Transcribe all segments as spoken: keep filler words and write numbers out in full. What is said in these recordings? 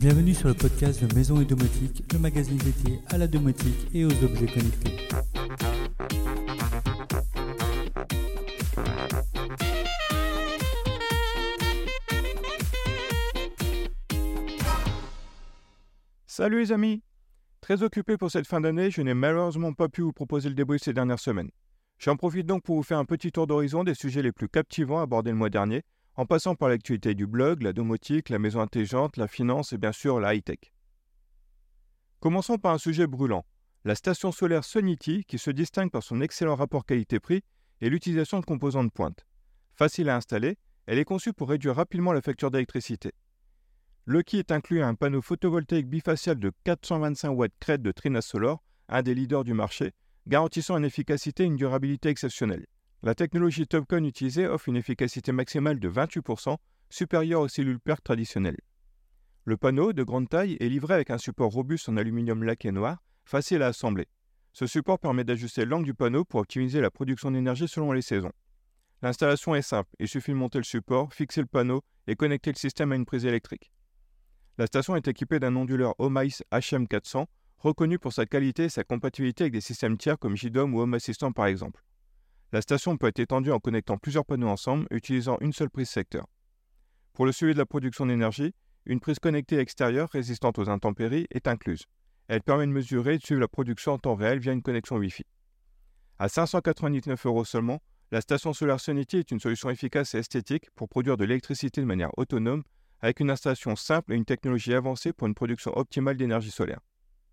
Bienvenue sur le podcast de Maison et Domotique, le magazine dédié à la domotique et aux objets connectés. Salut les amis! Très occupé pour cette fin d'année, je n'ai malheureusement pas pu vous proposer le débrief ces dernières semaines. J'en profite donc pour vous faire un petit tour d'horizon des sujets les plus captivants abordés le mois dernier, en passant par l'actualité du blog, la domotique, la maison intelligente, la finance et bien sûr la high-tech. Commençons par un sujet brûlant, la station solaire Sonity qui se distingue par son excellent rapport qualité-prix et l'utilisation de composants de pointe. Facile à installer, elle est conçue pour réduire rapidement la facture d'électricité. Le kit inclut un panneau photovoltaïque bifacial de quatre cent vingt-cinq watts crête de Trina Solar, un des leaders du marché, garantissant une efficacité et une durabilité exceptionnelles. La technologie TOPCon utilisée offre une efficacité maximale de vingt-huit pour cent, supérieure aux cellules P E R C traditionnelles. Le panneau, de grande taille, est livré avec un support robuste en aluminium laqué noir, facile à assembler. Ce support permet d'ajuster l'angle du panneau pour optimiser la production d'énergie selon les saisons. L'installation est simple, il suffit de monter le support, fixer le panneau et connecter le système à une prise électrique. La station est équipée d'un onduleur Homeiss H M quatre cents, reconnu pour sa qualité et sa compatibilité avec des systèmes tiers comme J DOM ou Home Assistant par exemple. La station peut être étendue en connectant plusieurs panneaux ensemble, utilisant une seule prise secteur. Pour le suivi de la production d'énergie, une prise connectée extérieure résistante aux intempéries est incluse. Elle permet de mesurer et de suivre la production en temps réel via une connexion Wi-Fi. À cinq cent quatre-vingt-dix-neuf euros seulement, la station solaire Sonity est une solution efficace et esthétique pour produire de l'électricité de manière autonome, avec une installation simple et une technologie avancée pour une production optimale d'énergie solaire.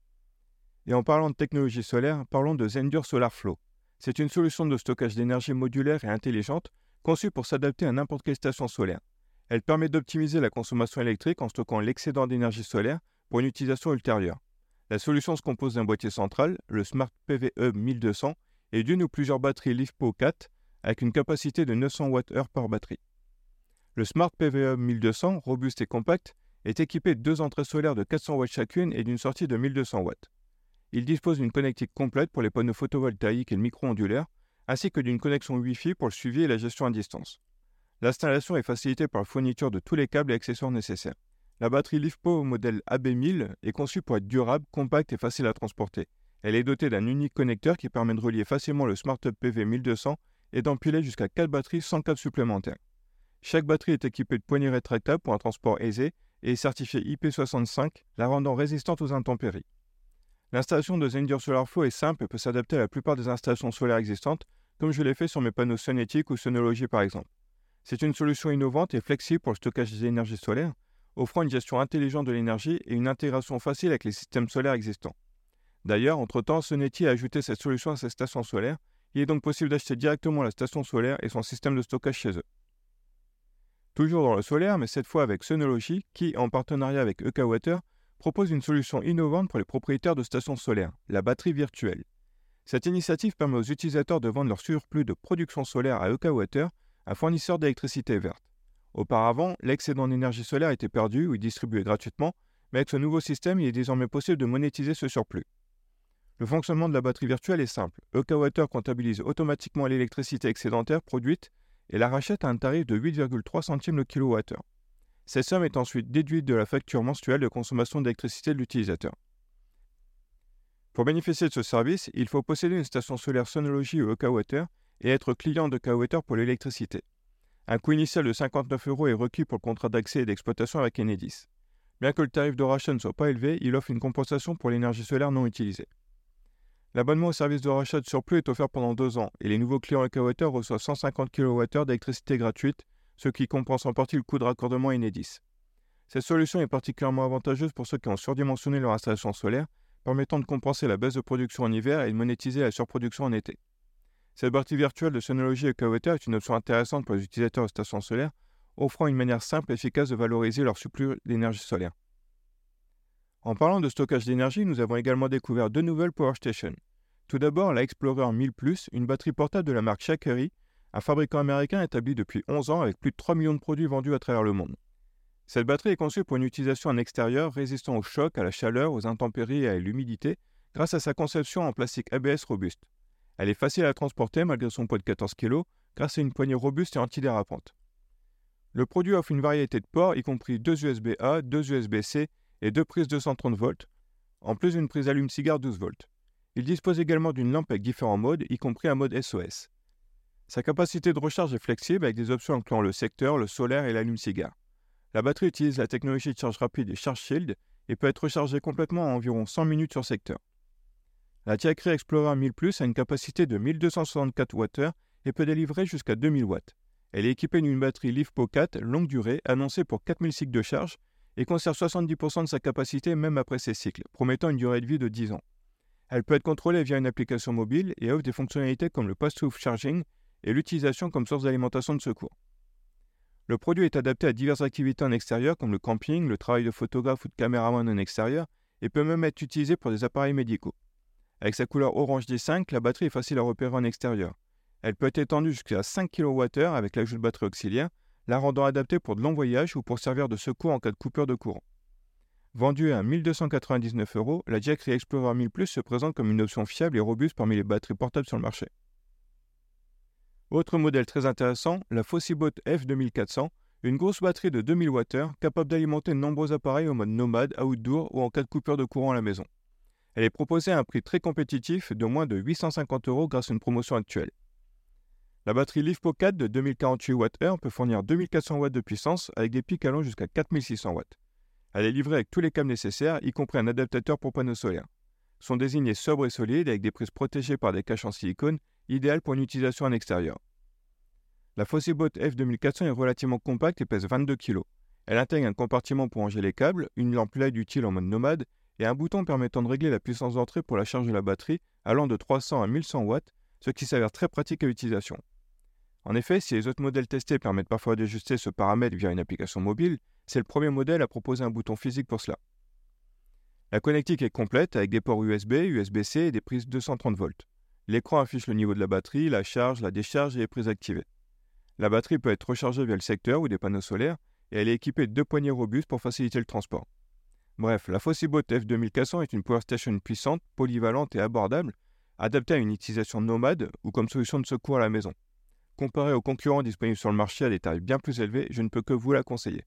Et en parlant de technologie solaire, parlons de Zendur Solar Flow. C'est une solution de stockage d'énergie modulaire et intelligente conçue pour s'adapter à n'importe quelle station solaire. Elle permet d'optimiser la consommation électrique en stockant l'excédent d'énergie solaire pour une utilisation ultérieure. La solution se compose d'un boîtier central, le Smart P V E mille deux cents, et d'une ou plusieurs batteries LiFePO quatre avec une capacité de neuf cents watts-heure par batterie. Le Smart P V E mille deux cents, robuste et compact, est équipé de deux entrées solaires de quatre cents watts chacune et d'une sortie de mille deux cents watts. Il dispose d'une connectique complète pour les panneaux photovoltaïques et le micro-ondulaire, ainsi que d'une connexion Wi-Fi pour le suivi et la gestion à distance. L'installation est facilitée par la fourniture de tous les câbles et accessoires nécessaires. La batterie LiFePO modèle A B mille est conçue pour être durable, compacte et facile à transporter. Elle est dotée d'un unique connecteur qui permet de relier facilement le SmartHub P V mille deux cents et d'empiler jusqu'à quatre batteries sans câble supplémentaire. Chaque batterie est équipée de poignées rétractables pour un transport aisé et est certifiée I P soixante-cinq, la rendant résistante aux intempéries. L'installation de Zendur Solar Flow est simple et peut s'adapter à la plupart des installations solaires existantes, comme je l'ai fait sur mes panneaux Sonetics ou Sonology par exemple. C'est une solution innovante et flexible pour le stockage des énergies solaires, offrant une gestion intelligente de l'énergie et une intégration facile avec les systèmes solaires existants. D'ailleurs, entre-temps, Sonety a ajouté cette solution à ses stations solaires. Il est donc possible d'acheter directement la station solaire et son système de stockage chez eux. Toujours dans le solaire, mais cette fois avec Sonology, qui, en partenariat avec EcoWater, propose une solution innovante pour les propriétaires de stations solaires, la batterie virtuelle. Cette initiative permet aux utilisateurs de vendre leur surplus de production solaire à EcoWater, un fournisseur d'électricité verte. Auparavant, l'excédent d'énergie solaire était perdu ou distribué gratuitement, mais avec ce nouveau système, il est désormais possible de monétiser ce surplus. Le fonctionnement de la batterie virtuelle est simple. EcoWater comptabilise automatiquement l'électricité excédentaire produite et la rachète à un tarif de huit virgule trois centimes le kilowattheure. Cette somme est ensuite déduite de la facture mensuelle de consommation d'électricité de l'utilisateur. Pour bénéficier de ce service, il faut posséder une station solaire Sonology ou EcoWater et être client d'EcoWater pour l'électricité. Un coût initial de cinquante-neuf euros est requis pour le contrat d'accès et d'exploitation avec Enedis. Bien que le tarif de rachat ne soit pas élevé, il offre une compensation pour l'énergie solaire non utilisée. L'abonnement au service de rachat de surplus est offert pendant deux ans et les nouveaux clients EcoWater reçoivent cent cinquante kilowattheures d'électricité gratuite, ce qui compense en partie le coût de raccordement Enedis. Cette solution est particulièrement avantageuse pour ceux qui ont surdimensionné leur installation solaire, permettant de compenser la baisse de production en hiver et de monétiser la surproduction en été. Cette batterie virtuelle de Sonology et EcoWater est une option intéressante pour les utilisateurs de stations solaires, offrant une manière simple et efficace de valoriser leur surplus d'énergie solaire. En parlant de stockage d'énergie, nous avons également découvert deux nouvelles power stations. Tout d'abord, la Explorer mille plus, une batterie portable de la marque Shakery, un fabricant américain établi depuis onze ans avec plus de trois millions de produits vendus à travers le monde. Cette batterie est conçue pour une utilisation en extérieur résistant aux chocs, à la chaleur, aux intempéries et à l'humidité grâce à sa conception en plastique A B S robuste. Elle est facile à transporter malgré son poids de quatorze kilos grâce à une poignée robuste et antidérapante. Le produit offre une variété de ports, y compris deux U S B A, deux U S B C et deux prises deux cent trente volts, en plus d'une prise allume-cigare douze volts. Il dispose également d'une lampe avec différents modes, y compris un mode S O S. Sa capacité de recharge est flexible avec des options incluant le secteur, le solaire et l'allume-cigare. La batterie utilise la technologie de charge rapide et Charge Shield et peut être rechargée complètement en environ cent minutes sur secteur. La Jackery Explorer mille plus a une capacité de mille deux cent soixante-quatre watt-heure et peut délivrer jusqu'à deux mille watts. Elle est équipée d'une batterie LiFePO quatre longue durée annoncée pour quatre mille cycles de charge et conserve soixante-dix pour cent de sa capacité même après ses cycles, promettant une durée de vie de dix ans. Elle peut être contrôlée via une application mobile et offre des fonctionnalités comme le post-through charging et l'utilisation comme source d'alimentation de secours. Le produit est adapté à diverses activités en extérieur comme le camping, le travail de photographe ou de caméraman en extérieur et peut même être utilisé pour des appareils médicaux. Avec sa couleur orange D cinq, la batterie est facile à repérer en extérieur. Elle peut être étendue jusqu'à cinq kilowattheures avec l'ajout de batterie auxiliaire, la rendant adaptée pour de longs voyages ou pour servir de secours en cas de coupure de courant. Vendue à mille deux cent quatre-vingt-dix-neuf euros, la Jackery Explorer mille plus se présente comme une option fiable et robuste parmi les batteries portables sur le marché. Autre modèle très intéressant, la Fossibot F deux mille quatre cents, une grosse batterie de deux mille watt-heure capable d'alimenter de nombreux appareils en mode nomade, outdoor ou en cas de coupure de courant à la maison. Elle est proposée à un prix très compétitif de moins de huit cent cinquante euros grâce à une promotion actuelle. La batterie LiFePO quatre de deux mille quarante-huit watt-heure peut fournir deux mille quatre cents watts de puissance avec des pics allant jusqu'à quatre mille six cents watts. Elle est livrée avec tous les câbles nécessaires, y compris un adaptateur pour panneaux solaires. Son design est sobre et solide avec des prises protégées par des caches en silicone, idéal pour une utilisation en extérieur. La Fossibot F deux mille quatre cents est relativement compacte et pèse vingt-deux kilos. Elle intègre un compartiment pour ranger les câbles, une lampe L E D utile en mode nomade et un bouton permettant de régler la puissance d'entrée pour la charge de la batterie allant de trois cents à mille cent watts, ce qui s'avère très pratique à l'utilisation. En effet, si les autres modèles testés permettent parfois d'ajuster ce paramètre via une application mobile, c'est le premier modèle à proposer un bouton physique pour cela. La connectique est complète avec des ports U S B, U S B C et des prises deux cent trente volts. L'écran affiche le niveau de la batterie, la charge, la décharge et les prises activées. La batterie peut être rechargée via le secteur ou des panneaux solaires et elle est équipée de deux poignées robustes pour faciliter le transport. Bref, la Fossibot F deux mille quatre cents est une power station puissante, polyvalente et abordable, adaptée à une utilisation nomade ou comme solution de secours à la maison. Comparée aux concurrents disponibles sur le marché à des tarifs bien plus élevés, je ne peux que vous la conseiller.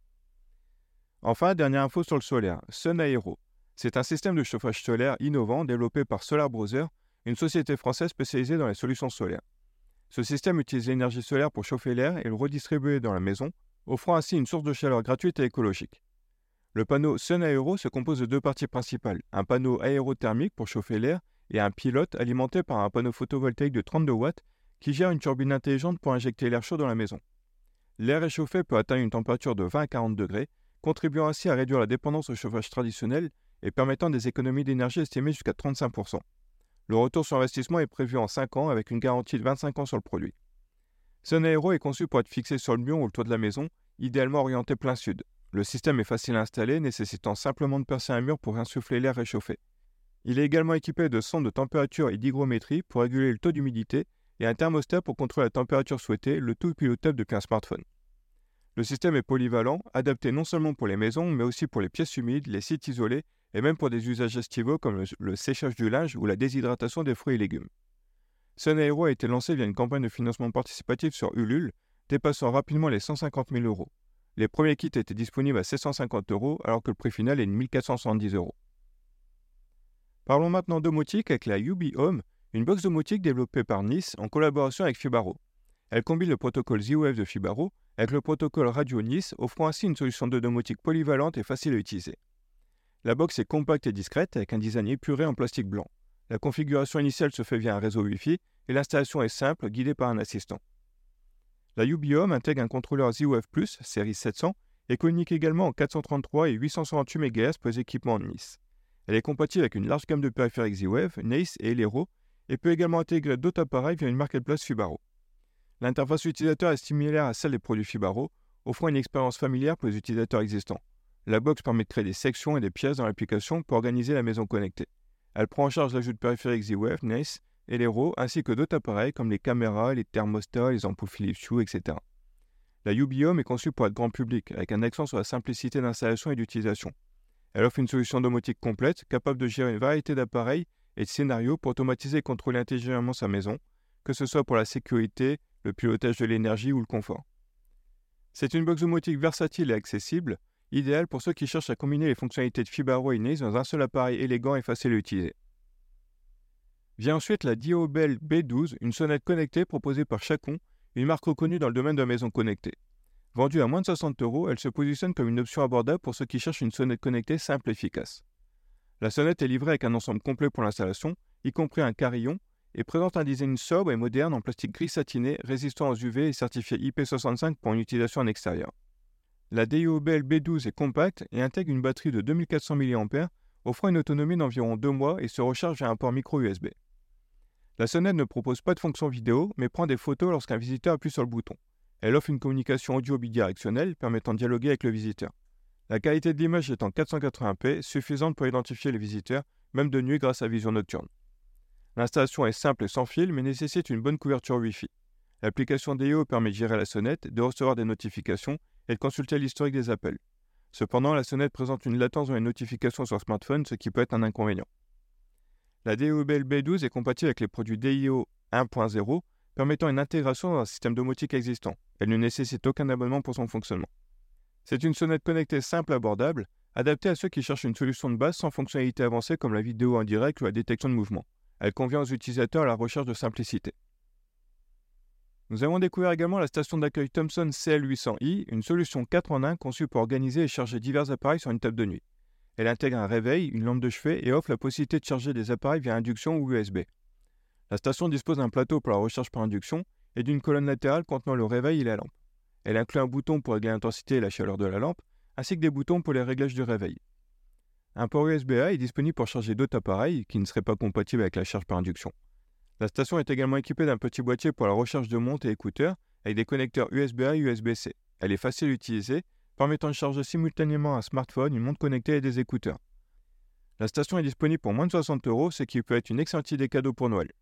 Enfin, dernière info sur le solaire, SunAero. C'est un système de chauffage solaire innovant développé par Solar Brother, une société française spécialisée dans les solutions solaires. Ce système utilise l'énergie solaire pour chauffer l'air et le redistribuer dans la maison, offrant ainsi une source de chaleur gratuite et écologique. Le panneau SunAero se compose de deux parties principales, un panneau aérothermique pour chauffer l'air et un pilote alimenté par un panneau photovoltaïque de trente-deux watts qui gère une turbine intelligente pour injecter l'air chaud dans la maison. L'air réchauffé peut atteindre une température de vingt à quarante degrés, contribuant ainsi à réduire la dépendance au chauffage traditionnel et permettant des économies d'énergie estimées jusqu'à trente-cinq pour cent. Le retour sur investissement est prévu en cinq ans avec une garantie de vingt-cinq ans sur le produit. SunAero est conçu pour être fixé sur le mur ou le toit de la maison, idéalement orienté plein sud. Le système est facile à installer, nécessitant simplement de percer un mur pour insuffler l'air réchauffé. Il est également équipé de sondes de température et d'hygrométrie pour réguler le taux d'humidité et un thermostat pour contrôler la température souhaitée, le tout pilotable depuis un smartphone. Le système est polyvalent, adapté non seulement pour les maisons, mais aussi pour les pièces humides, les sites isolés et même pour des usages estivaux comme le, le séchage du linge ou la déshydratation des fruits et légumes. SunAero a été lancé via une campagne de financement participatif sur Ulule, dépassant rapidement les cent cinquante mille euros. Les premiers kits étaient disponibles à sept cent cinquante euros alors que le prix final est de mille quatre cent soixante-dix euros. Parlons maintenant domotique avec la Yubi Home, une box domotique développée par Nice en collaboration avec Fibaro. Elle combine le protocole Z-Wave de Fibaro avec le protocole Radio Nice, offrant ainsi une solution de domotique polyvalente et facile à utiliser. La box est compacte et discrète avec un design épuré en plastique blanc. La configuration initiale se fait via un réseau Wi-Fi et l'installation est simple, guidée par un assistant. La Yubi Home intègre un contrôleur Z-Wave Plus, série sept cents, et communique également en quatre cent trente-trois et huit cent soixante-huit mégahertz pour les équipements de Nice. Elle est compatible avec une large gamme de périphériques Z-Wave, Nice et Elero, et peut également intégrer d'autres appareils via une marketplace Fibaro. L'interface utilisateur est similaire à celle des produits Fibaro, offrant une expérience familière pour les utilisateurs existants. La box permet de créer des sections et des pièces dans l'application pour organiser la maison connectée. Elle prend en charge l'ajout de périphériques Z-Wave, Nice, Elero, ainsi que d'autres appareils comme les caméras, les thermostats, les ampoules Philips Hue, et cetera. La Yubi Home est conçue pour être grand public, avec un accent sur la simplicité d'installation et d'utilisation. Elle offre une solution domotique complète, capable de gérer une variété d'appareils et de scénarios pour automatiser et contrôler intelligemment sa maison, que ce soit pour la sécurité, le pilotage de l'énergie ou le confort. C'est une box domotique versatile et accessible. idéal pour ceux qui cherchent à combiner les fonctionnalités de Fibaro et Nice dans un seul appareil élégant et facile à utiliser. Vient ensuite la Diobel B douze, une sonnette connectée proposée par Chacon, une marque reconnue dans le domaine de la maison connectée. Vendue à moins de soixante euros, elle se positionne comme une option abordable pour ceux qui cherchent une sonnette connectée simple et efficace. La sonnette est livrée avec un ensemble complet pour l'installation, y compris un carillon, et présente un design sobre et moderne en plastique gris satiné, résistant aux U V et certifié I P soixante-cinq pour une utilisation en extérieur. La Diobel B douze est compacte et intègre une batterie de deux mille quatre cents milliampères, offrant une autonomie d'environ deux mois et se recharge via un port micro U S B. La sonnette ne propose pas de fonction vidéo, mais prend des photos lorsqu'un visiteur appuie sur le bouton. Elle offre une communication audio bidirectionnelle permettant de dialoguer avec le visiteur. La qualité de l'image est en quatre cent quatre-vingts p, suffisante pour identifier les visiteurs, même de nuit grâce à vision nocturne. L'installation est simple et sans fil, mais nécessite une bonne couverture Wi-Fi. L'application D I O permet de gérer la sonnette, de recevoir des notifications et de consulter l'historique des appels. Cependant, la sonnette présente une latence dans les notifications sur smartphone, ce qui peut être un inconvénient. La Diobel B douze est compatible avec les produits D I O un point zéro, permettant une intégration dans un système domotique existant. Elle ne nécessite aucun abonnement pour son fonctionnement. C'est une sonnette connectée simple et abordable, adaptée à ceux qui cherchent une solution de base sans fonctionnalité avancée comme la vidéo en direct ou la détection de mouvement. Elle convient aux utilisateurs à la recherche de simplicité. Nous avons découvert également la station d'accueil Thomson C L huit cents i, une solution quatre en un conçue pour organiser et charger divers appareils sur une table de nuit. Elle intègre un réveil, une lampe de chevet et offre la possibilité de charger des appareils via induction ou U S B. La station dispose d'un plateau pour la recharge par induction et d'une colonne latérale contenant le réveil et la lampe. Elle inclut un bouton pour régler l'intensité et la chaleur de la lampe, ainsi que des boutons pour les réglages du réveil. Un port U S B A est disponible pour charger d'autres appareils qui ne seraient pas compatibles avec la charge par induction. La station est également équipée d'un petit boîtier pour la recharge de montre et écouteurs avec des connecteurs U S B A et U S B C. Elle est facile à utiliser, permettant de charger simultanément un smartphone, une montre connectée et des écouteurs. La station est disponible pour moins de soixante euros, ce qui peut être une excellente idée cadeau pour Noël.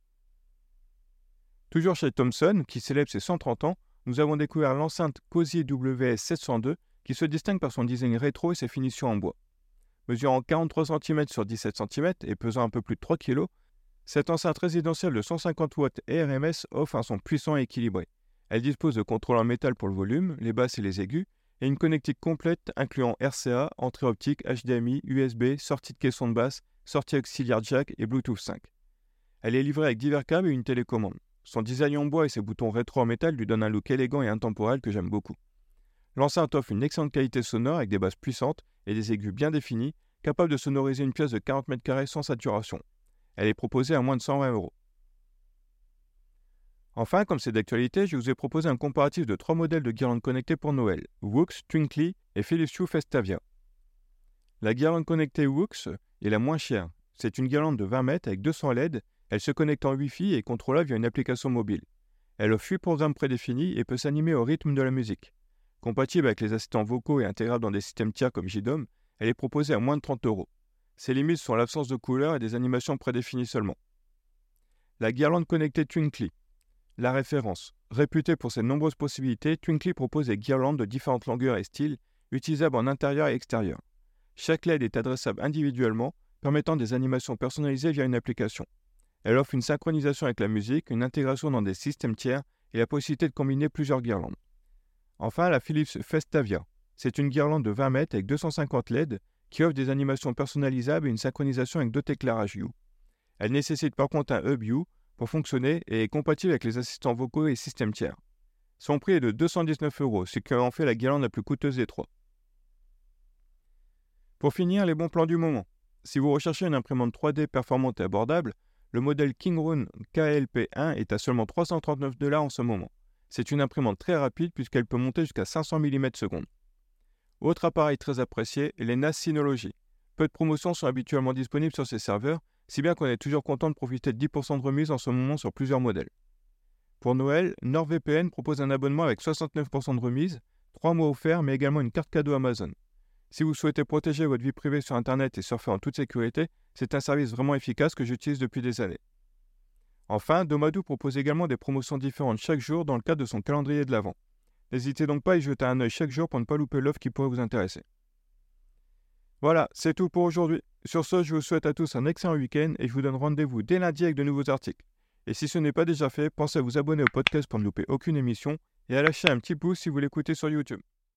Toujours chez Thomson, qui célèbre ses cent trente ans, nous avons découvert l'enceinte Cosier W S sept cent deux qui se distingue par son design rétro et ses finitions en bois. Mesurant quarante-trois centimètres sur dix-sept centimètres et pesant un peu plus de trois kilos, cette enceinte résidentielle de cent cinquante watts et R M S offre un son puissant et équilibré. Elle dispose de contrôles en métal pour le volume, les basses et les aigus, et une connectique complète incluant R C A, entrée optique, H D M I, U S B, sortie de caisson de basse, sortie auxiliaire jack et Bluetooth cinq. Elle est livrée avec divers câbles et une télécommande. Son design en bois et ses boutons rétro en métal lui donnent un look élégant et intemporel que j'aime beaucoup. L'enceinte offre une excellente qualité sonore avec des basses puissantes et des aigus bien définis, capables de sonoriser une pièce de quarante mètres carrés sans saturation. Elle est proposée à moins de cent vingt euros. Enfin, comme c'est d'actualité, je vous ai proposé un comparatif de trois modèles de guirlandes connectées pour Noël, Woox, Twinkly et Philips Hue Festavia. La guirlande connectée Woox est la moins chère. C'est une guirlande de vingt mètres avec deux cents L E D. Elle se connecte en Wi-Fi et est contrôlable via une application mobile. Elle offre huit programmes prédéfinis et peut s'animer au rythme de la musique. Compatible avec les assistants vocaux et intégrable dans des systèmes tiers comme J D O M, elle est proposée à moins de trente euros. Ses limites sont l'absence de couleurs et des animations prédéfinies seulement. La guirlande connectée Twinkly. La référence. Réputée pour ses nombreuses possibilités, Twinkly propose des guirlandes de différentes longueurs et styles, utilisables en intérieur et extérieur. Chaque L E D est adressable individuellement, permettant des animations personnalisées via une application. Elle offre une synchronisation avec la musique, une intégration dans des systèmes tiers et la possibilité de combiner plusieurs guirlandes. Enfin, la Philips Festavia. C'est une guirlande de vingt mètres avec deux cent cinquante L E D qui offre des animations personnalisables et une synchronisation avec d'autres éclairages Hue. Elle nécessite par contre un hub Hue pour fonctionner et est compatible avec les assistants vocaux et systèmes tiers. Son prix est de deux cent dix-neuf euros, ce qui en fait la guirlande la plus coûteuse des trois. Pour finir, les bons plans du moment. Si vous recherchez une imprimante trois D performante et abordable, le modèle Kingroon K L P un est à seulement trois cent trente-neuf dollars en ce moment. C'est une imprimante très rapide puisqu'elle peut monter jusqu'à cinq cents millimètres secondes. Autre appareil très apprécié est les N A S Synology. Peu de promotions sont habituellement disponibles sur ces serveurs, si bien qu'on est toujours content de profiter de dix pour cent de remise en ce moment sur plusieurs modèles. Pour Noël, NordVPN propose un abonnement avec soixante-neuf pour cent de remise, trois mois offerts mais également une carte cadeau Amazon. Si vous souhaitez protéger votre vie privée sur Internet et surfer en toute sécurité, c'est un service vraiment efficace que j'utilise depuis des années. Enfin, Domadou propose également des promotions différentes chaque jour dans le cadre de son calendrier de l'Avent. N'hésitez donc pas à y jeter un œil chaque jour pour ne pas louper l'offre qui pourrait vous intéresser. Voilà, c'est tout pour aujourd'hui. Sur ce, je vous souhaite à tous un excellent week-end et je vous donne rendez-vous dès lundi avec de nouveaux articles. Et si ce n'est pas déjà fait, pensez à vous abonner au podcast pour ne louper aucune émission et à lâcher un petit pouce si vous l'écoutez sur YouTube.